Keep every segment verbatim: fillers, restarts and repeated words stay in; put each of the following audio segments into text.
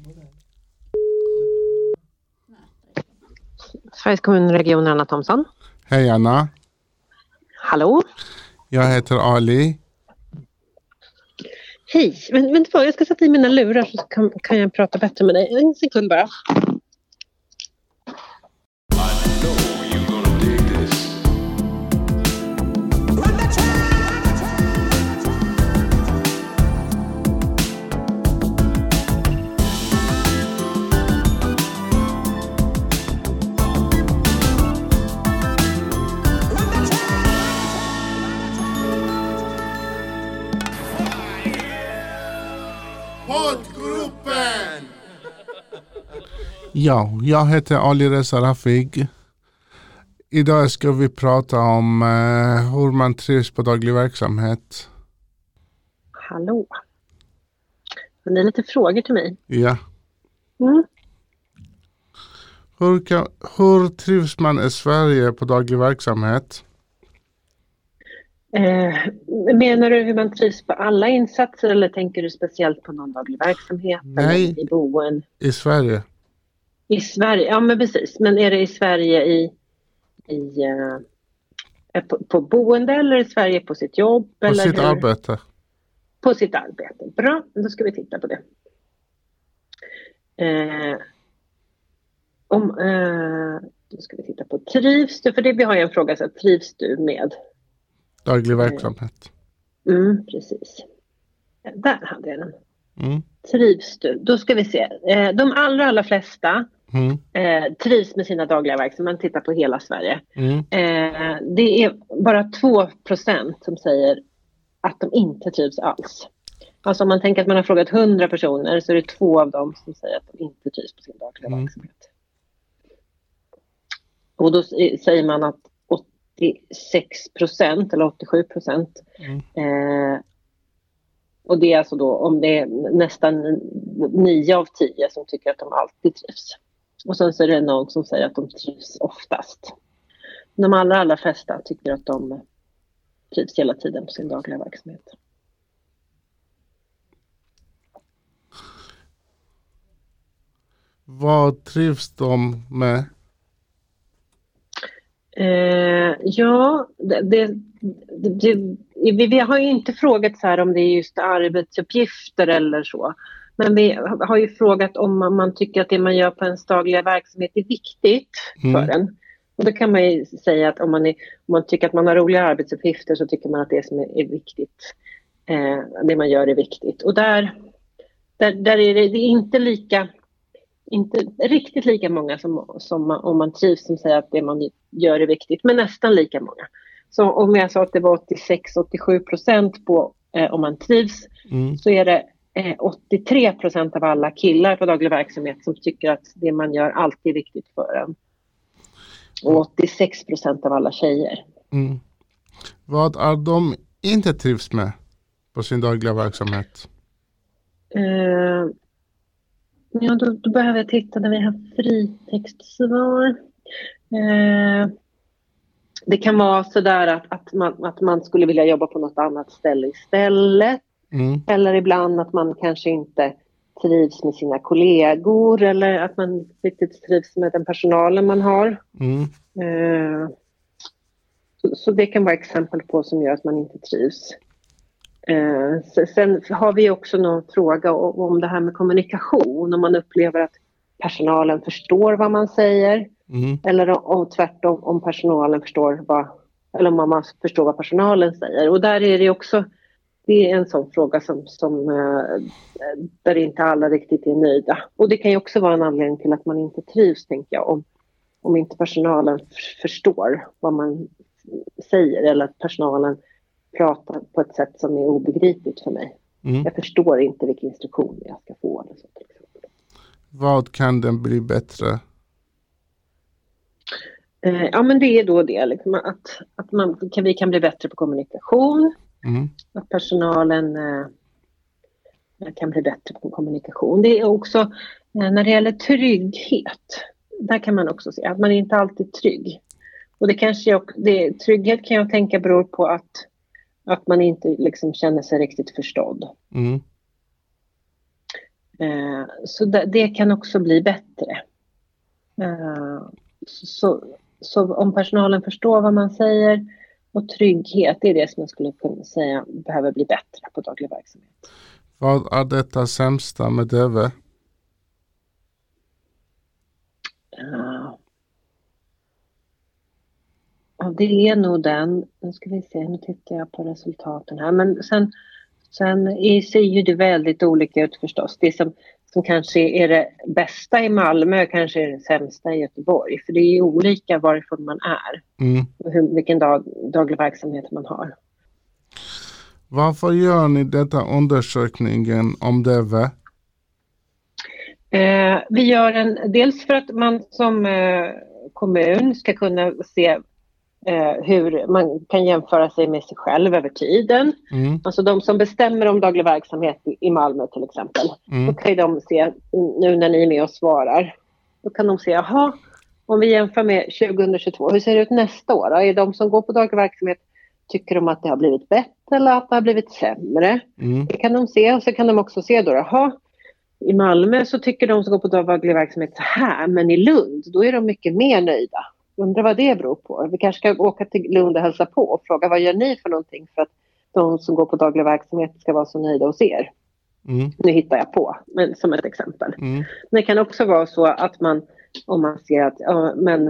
Sveriges kommunregion, Anna Thomsson. Hej Anna. Hallå. Jag heter Ali. Hej, men, men jag ska sätta i mina lurar så kan, kan jag prata bättre med dig. En sekund bara. Poddgruppen! Ja, jag heter Ali Reza Rafig. Idag ska vi prata om eh, hur man trivs på daglig verksamhet. Hallå. Det är lite frågor till mig. Ja. Mm. Hur, kan, hur trivs man i Sverige på daglig verksamhet? Eh, menar du hur man trivs på alla insatser eller tänker du speciellt på någon daglig verksamhet? Nej, eller i boen? I Sverige. I Sverige, ja men precis. Men är det i Sverige i, i, uh, på, på boende eller i Sverige på sitt jobb? På eller sitt hur? arbete. På sitt arbete. Bra, då ska vi titta på det. Eh, om, eh, då ska vi titta på trivs du? För det vi har ju en fråga så här, trivs du med? Daglig verksamhet. Mm, precis. Där hade jag den. Mm. Trivs du? Då ska vi se. Eh, de allra, allra flesta Mm. eh, trivs med sina dagliga verksamheter. Man tittar på hela Sverige. Mm. Eh, det är bara två procent som säger att de inte trivs alls. Alltså om man tänker att man har frågat hundra personer så är det två av dem som säger att de inte trivs på sin dagliga Mm. verksamhet. Och då säger man att åttiosex procent eller åttiosju procent Mm. eh, och det är alltså då om det är nästan nio av tio som tycker att de alltid trivs. Och sen så är det någon som säger att de trivs oftast. De allra, allra flesta tycker att de trivs hela tiden på sin dagliga verksamhet. Vad trivs de med? Eh, ja, det, det, det, vi, vi har ju inte frågat så här om det är just arbetsuppgifter eller så. Men vi har ju frågat om man, man tycker att det man gör på ens dagliga verksamhet är viktigt Mm. för en. Och då kan man ju säga att om man, är, om man tycker att man har roliga arbetsuppgifter så tycker man att det som är, är viktigt, eh, det man gör är viktigt. Och där, där, där är det, det är inte lika... Inte riktigt lika många som, som om man trivs som säger att det man gör är viktigt, men nästan lika många. Så om jag sa att det var åttiosex till åttiosju procent på eh, om man trivs, Mm. så är det eh, åttiotre procent av alla killar på daglig verksamhet som tycker att det man gör alltid är viktigt för en. Och åttiosex procent av alla tjejer. Mm. Vad är de inte trivs med på sin dagliga verksamhet? Eh, Ja, då, då behöver jag titta när vi har fritextsvar. Eh, det kan vara så där att, att, man, att man skulle vilja jobba på något annat ställe istället. Mm. Eller ibland att man kanske inte trivs med sina kollegor. Eller att man riktigt trivs med den personalen man har. Mm. Eh, så, så det kan vara exempel på som gör att man inte trivs. Eh, sen har vi också någon fråga om, om det här med kommunikation. Om man upplever att personalen förstår vad man säger. Mm. Eller om, tvärtom om personalen förstår vad, eller om man förstår vad personalen säger. Och där är det också, det är en sån fråga som, som eh, där inte alla riktigt är nöjda. Och det kan ju också vara en anledning till att man inte trivs, tänker jag. Om, om inte personalen f- förstår vad man säger eller att personalen pratar på ett sätt som är obegripligt för mig. Mm. Jag förstår inte vilka instruktioner jag ska få. Eller så, till exempel. Vad kan den bli bättre? Eh, ja, men det är då det. Liksom, att att man, kan, vi kan bli bättre på kommunikation. Mm. Att personalen eh, kan bli bättre på kommunikation. Det är också eh, när det gäller trygghet. Där kan man också se att man är inte alltid trygg. Och det kanske, det, trygghet kan jag tänka beror på att, att man inte liksom känner sig riktigt förstådd. Mm. Eh, så det, det kan också bli bättre. Eh, så, så om personalen förstår vad man säger och trygghet, det är det som jag skulle kunna säga behöver bli bättre på daglig verksamhet. Vad är detta sämsta med D V? Uh, ja, det är nog den. Nu ska vi se, nu tittar jag på resultaten här. Men sen, sen ser ju det väldigt olika ut förstås. Det som, som kanske är det bästa i Malmö kanske är det sämsta i Göteborg. För det är olika varifrån man är. Mm. Och hur, vilken dag, daglig verksamhet man har. Varför gör ni detta undersökningen om D V? Eh, vi gör en, dels för att man som eh, kommun ska kunna se eh, hur man kan jämföra sig med sig själv över tiden. Mm. Alltså de som bestämmer om daglig verksamhet i Malmö till exempel. Mm. Då kan de se, nu när ni är med och svarar, då kan de se, jaha, om vi jämför med tjugohundratjugotvå, hur ser det ut nästa år? Då? Är de som går på daglig verksamhet, tycker de att det har blivit bättre eller att det har blivit sämre? Mm. Det kan de se, och så kan de också se då, jaha, i Malmö så tycker de som går på daglig verksamhet så här, men i Lund då är de mycket mer nöjda. Undrar vad det beror på. Vi kanske ska åka till Lund och hälsa på och fråga vad gör ni för någonting för att de som går på daglig verksamhet ska vara så nöjda hos er. Mm. Nu hittar jag på, men som ett exempel. Mm. Men det kan också vara så att man, om man ser att ja, men,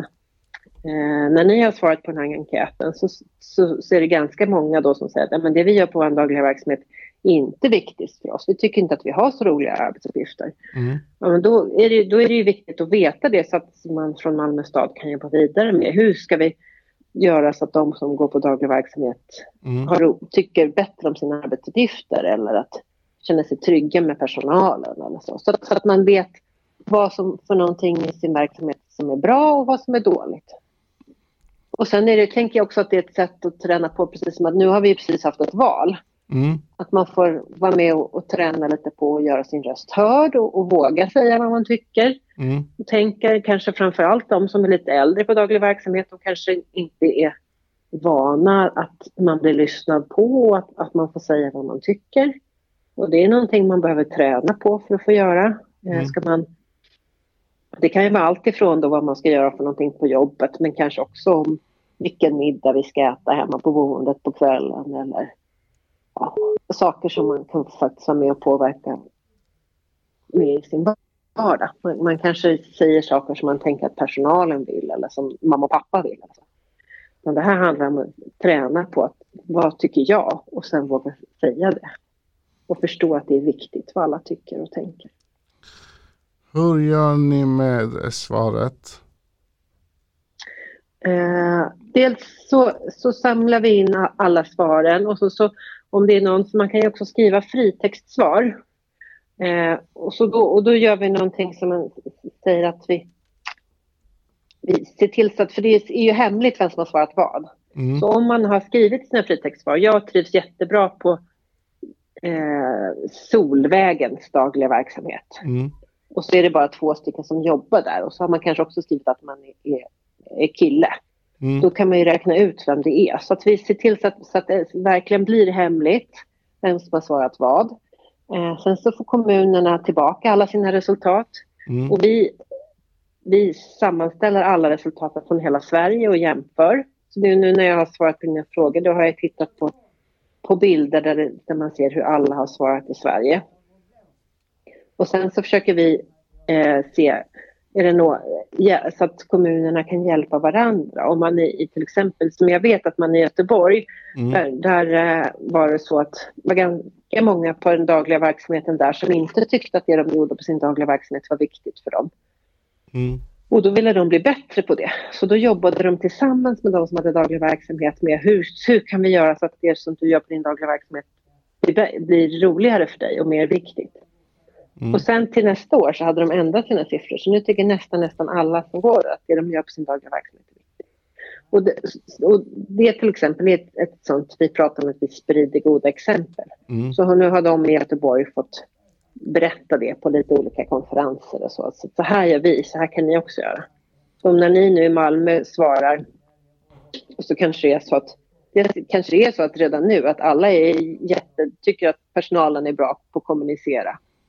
eh, när ni har svarat på den här enkäten så, så, så är det ganska många då som säger att ja, men det vi gör på vår dagliga verksamhet inte viktigt för oss. Vi tycker inte att vi har så roliga arbetsuppgifter. Mm. Ja, men då, är det, då är det ju viktigt att veta det så att man från Malmö stad kan jobba vidare med. Hur ska vi göra så att de som går på daglig verksamhet mm. har, tycker bättre om sina arbetsuppgifter eller att känna sig trygga med personalen eller så. Så, så att man vet vad som för någonting i sin verksamhet som är bra och vad som är dåligt. Och sen är det, tänker jag också att det är ett sätt att träna på, precis som att nu har vi precis haft ett val. Mm. Att man får vara med och, och träna lite på att göra sin röst hörd och, och våga säga vad man tycker. Mm. Och tänker kanske framförallt de som är lite äldre på daglig verksamhet och kanske inte är vana att man blir lyssnad på och att, att man får säga vad man tycker. Och det är någonting man behöver träna på för att få göra. Mm. Ska man, det kan ju vara allt ifrån då vad man ska göra för någonting på jobbet, men kanske också om vilken middag vi ska äta hemma på boendet på kvällen eller ja, saker som man kan faktiskt vara med och påverka med i sin vardag. Man, man kanske säger saker som man tänker att personalen vill eller som mamma och pappa vill. Alltså. Men det här handlar om att träna på att vad tycker jag och sen våga säga det. Och förstå att det är viktigt vad alla tycker och tänker. Hur gör ni med svaret? Eh, dels så, så samlar vi in alla svaren och så, så om det är någon som man kan ju också skriva fritextsvar. Eh, och, så då, och då gör vi någonting som man säger att vi, vi ser till så att, för det är ju hemligt vem som har svarat vad. Mm. Så om man har skrivit sina fritextsvar, jag trivs jättebra på eh, Solvägens dagliga verksamhet. Mm. Och så är det bara två stycken som jobbar där. Och så har man kanske också skrivit att man är, är kille. Mm. Då kan man ju räkna ut vem det är. Så att vi ser till så att, så att det verkligen blir hemligt vem som har svarat vad. Eh, sen så får kommunerna tillbaka alla sina resultat. Mm. Och vi, vi sammanställer alla resultaten från hela Sverige och jämför. Så nu, nu när jag har svarat på dina frågor, då har jag tittat på, på bilder där, det, där man ser hur alla har svarat i Sverige. Och sen så försöker vi eh, se, är det nå, ja, så att kommunerna kan hjälpa varandra. Om man är i till exempel, som jag vet att man i Göteborg, mm. där, där eh, var det så att det var ganska många på den dagliga verksamheten där som inte tyckte att det de gjorde på sin dagliga verksamhet var viktigt för dem. Mm. Och då ville de bli bättre på det. Så då jobbade de tillsammans med de som hade daglig verksamhet med hur, hur kan vi göra så att det som du gör på din dagliga verksamhet blir, blir roligare för dig och mer viktigt. Mm. Och sen till nästa år så hade de ändrat sina siffror. Så nu tycker nästan nästan alla som går att det de gör på sin dagliga verksamhet är viktigt. Och det, och det till exempel är ett, ett sånt, vi pratar om att vi sprider goda exempel. Mm. Så nu har de i Göteborg fått berätta det på lite olika konferenser och så. Så, så här gör vi, så här kan ni också göra. Så när ni nu i Malmö svarar, så kanske det är så att det kanske är så att redan nu att alla är jätte, tycker att personalen är bra på att kommunicera.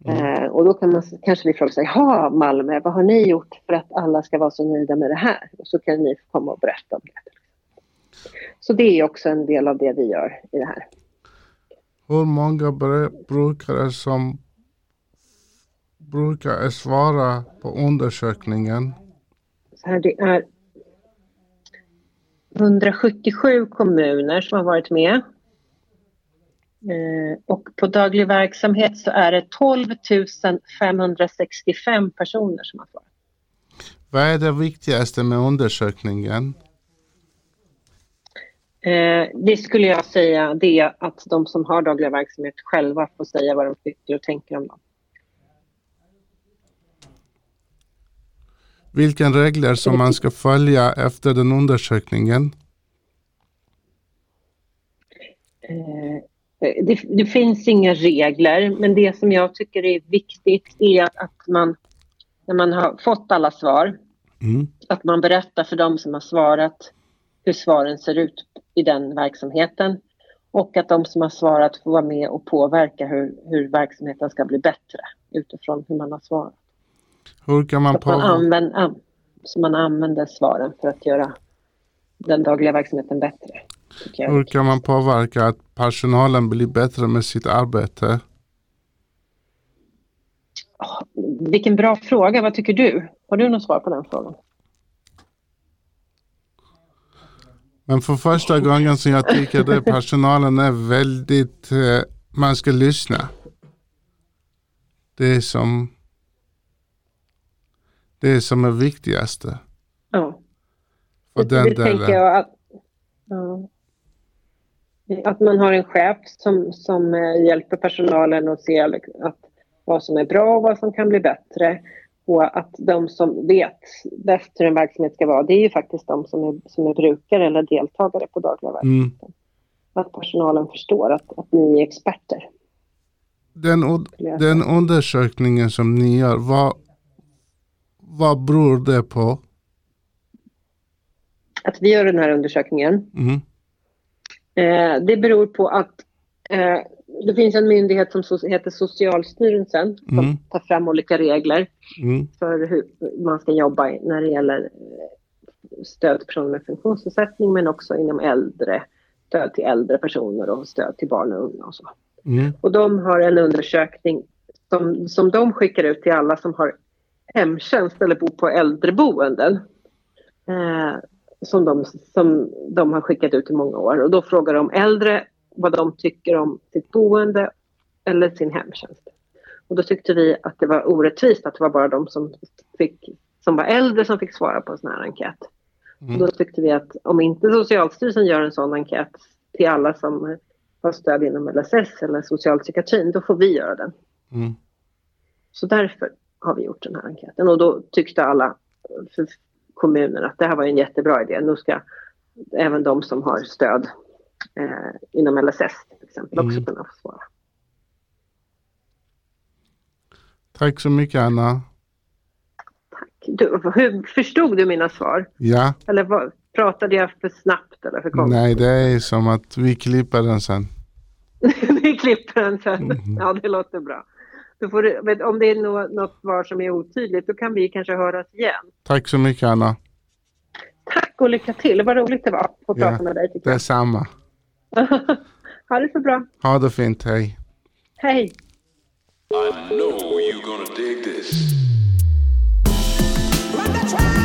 Mm. Eh, och då kan man kanske vi fråga sig, ja Malmö, vad har ni gjort för att alla ska vara så nöjda med det här? Och så kan ni få komma och berätta om det. Så det är också en del av det vi gör i det här. Hur många brukare som brukar svara på undersökningen? Så här, det är hundrasjuttiosju kommuner som har varit med. Eh, och på daglig verksamhet så är det tolv tusen femhundrasextiofem personer som har svarat. Vad är det viktigaste med undersökningen? Eh, det skulle jag säga, det är att de som har daglig verksamhet själva får säga vad de tycker och tänker om dem. Vilken regler som man ska följa efter den undersökningen? Eh, det, det finns inga regler, men det som jag tycker är viktigt är att, att man, när man har fått alla svar, mm. att man berättar för dem som har svarat hur svaren ser ut i den verksamheten. Och att de som har svarat får vara med och påverka hur, hur verksamheten ska bli bättre utifrån hur man har svarat. Hur kan man, så, man använder, så man använder svaren för att göra den dagliga verksamheten bättre. Hur kan man påverka att personalen blir bättre med sitt arbete? Oh, vilken bra fråga. Vad tycker du? Har du något svar på den frågan? Men för första gången som jag tycker att personalen är väldigt, eh, man ska lyssna. Det är som det är som är viktigaste. Ja. För det, den det tänker jag att, ja. Att man har en chef som, som hjälper personalen och ser att vad som är bra och vad som kan bli bättre. Och att de som vet bäst hur en verksamhet ska vara, det är ju faktiskt de som är, som är brukare eller deltagare på dagliga verksamheten. Mm. Att personalen förstår att, att ni är experter. Den, den undersökningen som ni gör, vad, vad beror det på? Att vi gör den här undersökningen? Mm. Eh, det beror på att eh, det finns en myndighet som so- heter Socialstyrelsen som mm. tar fram olika regler mm. för hur man ska jobba när det gäller stöd till personer med funktionsnedsättning, men också inom äldre, stöd till äldre personer och stöd till barn och unga och så. Mm. Och de har en undersökning som, som de skickar ut till alla som har hemtjänst eller bor på äldreboenden. Eh, som, de, som de har skickat ut i många år. Och då frågar de äldre vad de tycker om sitt boende eller sin hemtjänst. Och då tyckte vi att det var orättvist att det var bara de som, fick, som var äldre som fick svara på en sån här enkät. Mm. Och då tyckte vi att om inte Socialstyrelsen gör en sån enkät till alla som har stöd inom L S S eller socialpsykiatrin, då får vi göra den. Mm. Så därför har vi gjort den här enkäten. Och då tyckte alla för kommunen att det här var en jättebra idé. Nu ska även de som har stöd eh, inom L S S till exempel också mm. kunna få svara. Tack så mycket, Anna. Tack. Du, hur, förstod du mina svar? Ja. Eller vad, pratade jag för snabbt eller för konstigt? Nej, det är som att vi klipper den sen. Vi klipper den sen. Mm. Ja, det låter bra. Då får du, vet, om det är något, något svar som är otydligt, då kan vi kanske höras igen. Tack så mycket, Anna. Tack och lycka till. Vad roligt det var att få prata ja, med dig. Det är samma. Ha det så bra. Ha det fint, hej. Hej. I know you're gonna dig this.